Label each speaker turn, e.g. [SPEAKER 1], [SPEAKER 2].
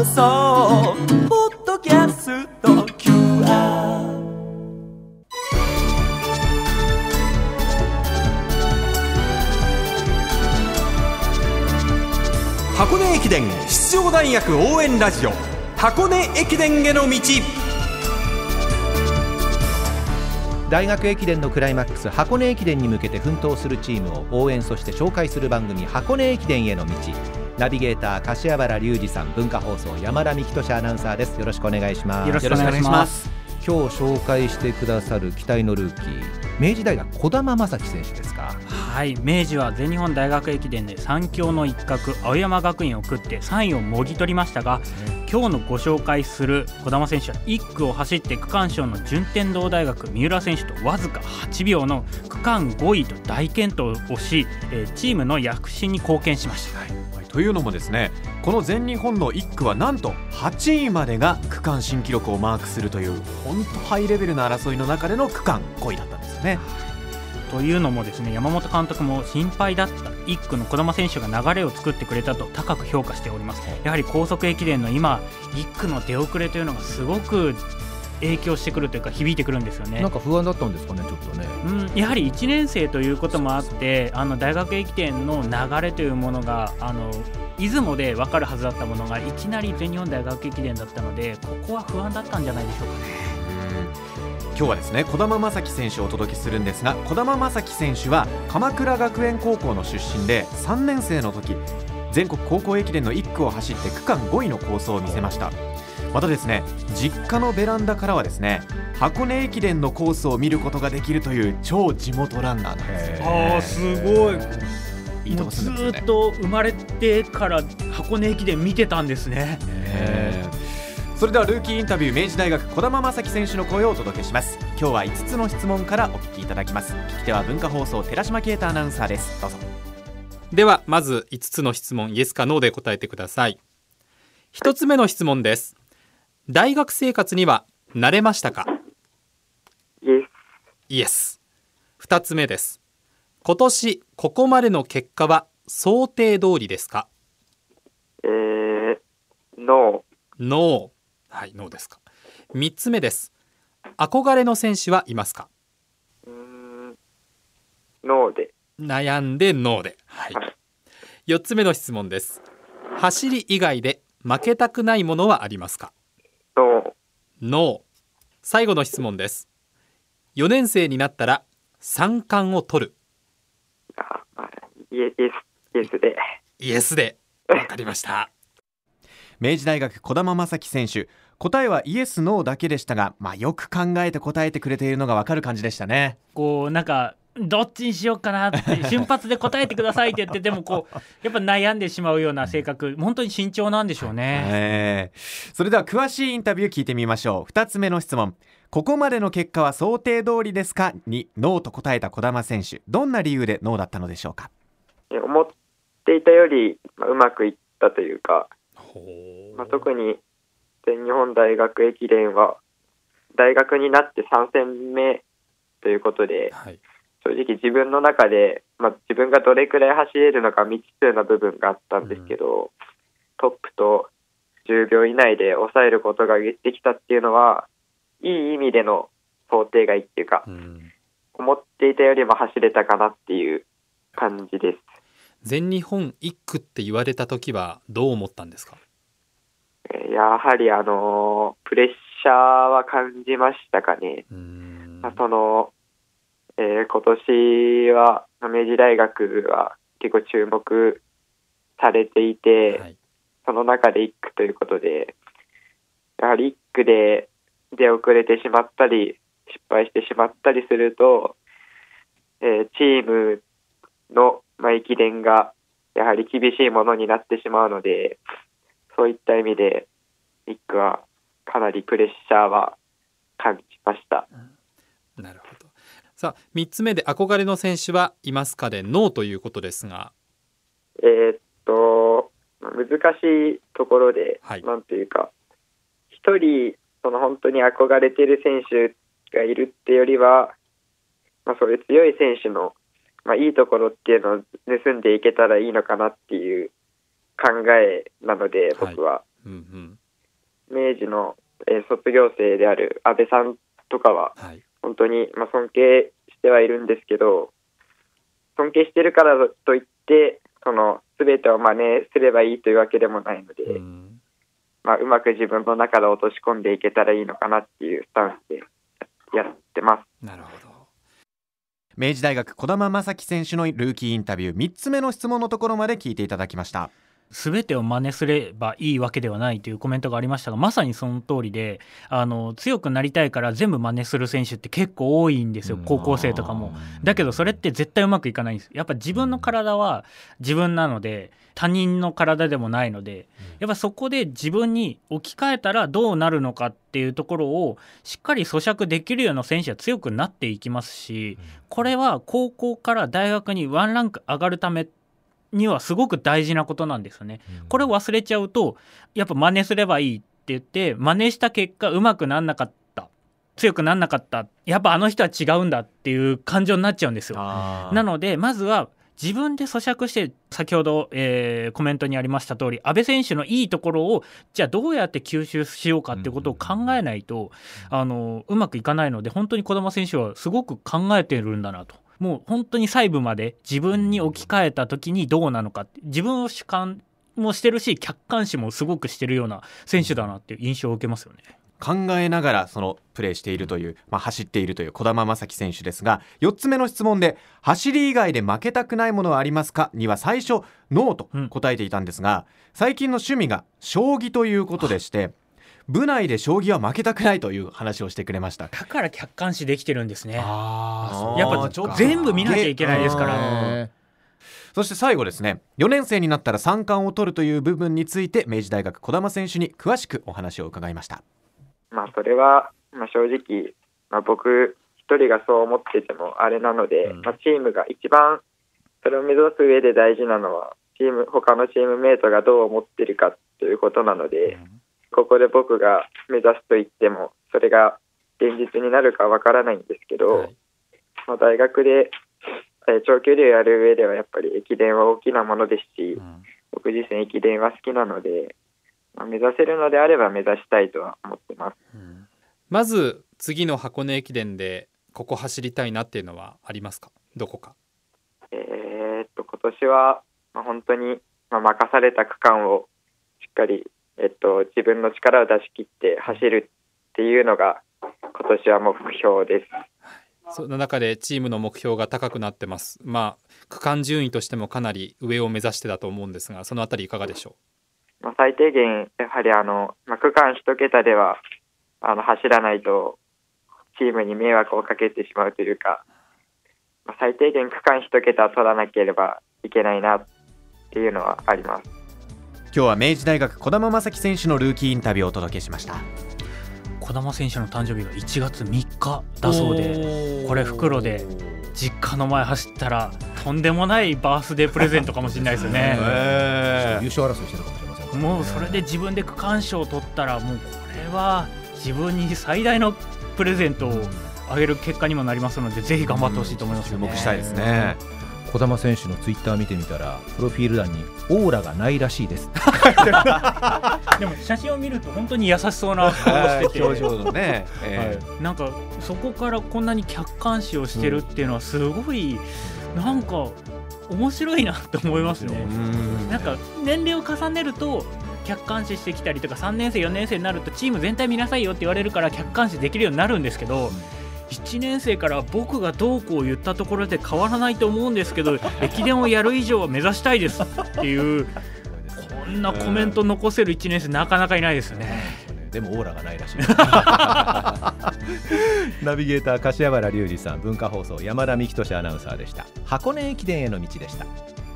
[SPEAKER 1] 送ポッドキャスト QR。 箱根駅伝出場大学応援ラジオ、箱根駅伝への道。
[SPEAKER 2] 大学駅伝のクライマックス、箱根駅伝に向けて奮闘するチームを応援、そして紹介する番組、箱根駅伝への道。ナビゲーター柏原隆二さん、文化放送山田美希俊アナウンサーです。よろしくお願いします。
[SPEAKER 3] よろしくお願いします。
[SPEAKER 2] 今日紹介してくださる期待のルーキー、明治大学児玉正樹選手ですか。
[SPEAKER 3] はい、明治は全日本大学駅伝で三強の一角青山学院を食って3位をもぎ取りましたが、今日のご紹介する児玉選手は1区を走って区間賞の順天堂大学三浦選手とわずか8秒の区間5位と大健闘をし、チームの躍進に貢献しました。
[SPEAKER 4] というのもですね、この全日本の1区はなんと8位までが区間新記録をマークするという本当ハイレベルな争いの中での区間5位だったんですよね。
[SPEAKER 3] というのもですね、山本監督も心配だった1区の児玉選手が流れを作ってくれたと高く評価しております。やはり高速駅伝の今1区の出遅れというのがすごく影響してくるというか響いてくるんですよね。
[SPEAKER 2] なんか不安だったんですかね、ちょっとね。
[SPEAKER 3] やはり1年生ということもあって、大学駅伝の流れというものが出雲で分かるはずだったものがいきなり全日本大学駅伝だったので、ここは不安だったんじゃないでしょうかね。
[SPEAKER 4] 今日はですね、児玉正樹選手をお届けするんですが、児玉正樹選手は鎌倉学園高校の出身で、3年生の時全国高校駅伝の1区を走って区間5位の好走を見せました。またですね、実家のベランダからはですね、箱根駅伝のコースを見ることができるという超地元ランナーなんですよ。
[SPEAKER 3] すごい。
[SPEAKER 4] いいとこ住んでますね。
[SPEAKER 3] ずっと生まれてから箱根駅伝見てたんですね。
[SPEAKER 4] それではルーキーインタビュー、明治大学児玉正樹選手の声をお届けします。今日は5つの質問からお聞きいただきます。聞き手は文化放送寺島啓太アナウンサーです。どうぞ。
[SPEAKER 5] ではまず5つの質問、イエスかノーで答えてください。1つ目の質問です。大学生活には慣れましたか？イエス。2つ目です。今年ここまでの結果は想定通りですか？
[SPEAKER 6] ノ
[SPEAKER 5] ー。はい、ノーですか。3つ目です。憧れの選手はいますか？
[SPEAKER 6] ノーで。
[SPEAKER 5] 悩んでノーで、はい。4つ目の質問です。走り以外で負けたくないものはありますか？ノー。最後の質問です。4年生になったら3冠を取る。
[SPEAKER 6] イエスで。
[SPEAKER 5] イエスで。わかりました。
[SPEAKER 4] 明治大学児玉正樹選手、答えはイエスノーだけでしたが、よく考えて答えてくれているのがわかる感じでしたね。
[SPEAKER 3] なんかどっちにしようかなって瞬発で答えてくださいって言ってでもやっぱ悩んでしまうような性格、本当に慎重なんでしょうね。
[SPEAKER 4] それでは詳しいインタビュー聞いてみましょう。2つ目の質問、ここまでの結果は想定通りですかにノーと答えた児玉選手、どんな理由でノーだったのでしょうか？
[SPEAKER 6] 思っていたよりうまくいったというか、特に全日本大学駅伝は大学になって3戦目ということで、正直自分の中で、自分がどれくらい走れるのか未知数な部分があったんですけど、トップと10秒以内で抑えることができたっていうのは、いい意味での想定外っていうか、思っていたよりも走れたかなっていう感じです。
[SPEAKER 5] 全日本1区って言われた時はどう思ったんですか？
[SPEAKER 6] やはりプレッシャーは感じましたかね。今年は明治大学は結構注目されていて、その中で1区ということで、やはり1区で出遅れてしまったり失敗してしまったりすると、チームの駅伝がやはり厳しいものになってしまうので、そういった意味で1区はかなりプレッシャーは感じました。
[SPEAKER 5] なるほど。さあ3つ目で憧れの選手はいますかでノーということですが、
[SPEAKER 6] 難しいところで、なんていうか一人本当に憧れている選手がいるってよりは、そういう強い選手の、いいところっていうのを盗んでいけたらいいのかなっていう考えなので、僕は、 明治の、卒業生である安倍さんとかは、本当に、尊敬してはいるんですけど、尊敬してるからといってその全てを真似すればいいというわけでもないので、うまく自分の中で落とし込んでいけたらいいのかなっていうスタンスでやってます。
[SPEAKER 4] なるほど。明治大学児玉真希選手のルーキーインタビュー3つ目の質問のところまで聞いていただきました。
[SPEAKER 3] 全てを真似すればいいわけではないというコメントがありましたが、まさにその通りで、強くなりたいから全部真似する選手って結構多いんですよ、高校生とかも。だけどそれって絶対うまくいかないんです。やっぱ自分の体は自分なので、他人の体でもないので、やっぱそこで自分に置き換えたらどうなるのかっていうところをしっかり咀嚼できるような選手は強くなっていきますし、これは高校から大学にワンランク上がるためにはすごく大事なことなんですよね。これを忘れちゃうと、やっぱ真似すればいいって言って真似した結果うまくなんなかった、強くなんなかった、やっぱあの人は違うんだっていう感情になっちゃうんですよ。なのでまずは自分で咀嚼して、先ほど、コメントにありました通り、安倍選手のいいところをじゃあどうやって吸収しようかっていうことを考えないと、うまくいかないので、本当に児玉選手はすごく考えてるんだなと。もう本当に細部まで自分に置き換えた時にどうなのか、自分を主観もしてるし客観視もすごくしてるような選手だなっていう印象を受けますよね。
[SPEAKER 4] 考えながらそのプレーしているという、走っているという児玉真希選手ですが、4つ目の質問で走り以外で負けたくないものはありますかには最初ノーと答えていたんですが、最近の趣味が将棋ということでして、部内で将棋は負けたくないという話をしてくれました。
[SPEAKER 3] だから客観視できてるんですね。やっぱ全部見なきゃいけないですから。
[SPEAKER 4] そして最後ですね、4年生になったら三冠を取るという部分について明治大学児玉選手に詳しくお話を伺いました。
[SPEAKER 6] それは、正直、僕一人がそう思っててもあれなので、チームが一番それを目指す上で大事なのは他のチームメートがどう思ってるかということなので、ここで僕が目指すと言ってもそれが現実になるかわからないんですけど、大学で長距離をやる上ではやっぱり駅伝は大きなものですし、僕自身駅伝は好きなので、目指せるのであれば目指したいとは思ってます。
[SPEAKER 5] まず次の箱根駅伝でここ走りたいなっていうのはありますか？どこか？
[SPEAKER 6] 今年は、本当に、任された区間をしっかり、自分の力を出し切って走るっていうのが今年は目標です。
[SPEAKER 5] その中でチームの目標が高くなってます。区間順位としてもかなり上を目指してだと思うんですが、そのあたりいかがでしょ
[SPEAKER 6] う？最低限やはり区間1桁では走らないとチームに迷惑をかけてしまうというか、最低限区間1桁取らなければいけないなっていうのはあります。
[SPEAKER 4] 今日は明治大学児玉真希選手のルーキーインタビューをお届けしました。
[SPEAKER 3] 児玉選手の誕生日が1月3日だそうで、これ袋で実家の前走ったらとんでもないバースデープレゼントかもしれないですよね。
[SPEAKER 2] 優勝争いしてるかもしれません、
[SPEAKER 3] もうそれで自分で区間賞を取ったら、もうこれは自分に最大のプレゼントをあげる結果にもなりますので、ぜひ頑張ってほしいと思いますよね。
[SPEAKER 4] 注目したいですね。
[SPEAKER 2] 児玉選手のツイッター見てみたら、プロフィール欄にオーラがないらしいです
[SPEAKER 3] でも写真を見ると本当に優しそうな顔してて
[SPEAKER 4] 表情のね、
[SPEAKER 3] なんかそこからこんなに客観視をしてるっていうのはすごい、なんか面白いなって思いますね。なんか年齢を重ねると客観視してきたりとか、3年生4年生になるとチーム全体見なさいよって言われるから客観視できるようになるんですけど、1年生から僕がどうこう言ったところで変わらないと思うんですけど、駅伝をやる以上は目指したいですっていうこんなコメント残せる1年生なかなかいないですよね。
[SPEAKER 2] でもオーラがないらしいナビゲーター柏原隆二さん、文化放送山田幹俊アナウンサーでした。箱根駅伝への道でした。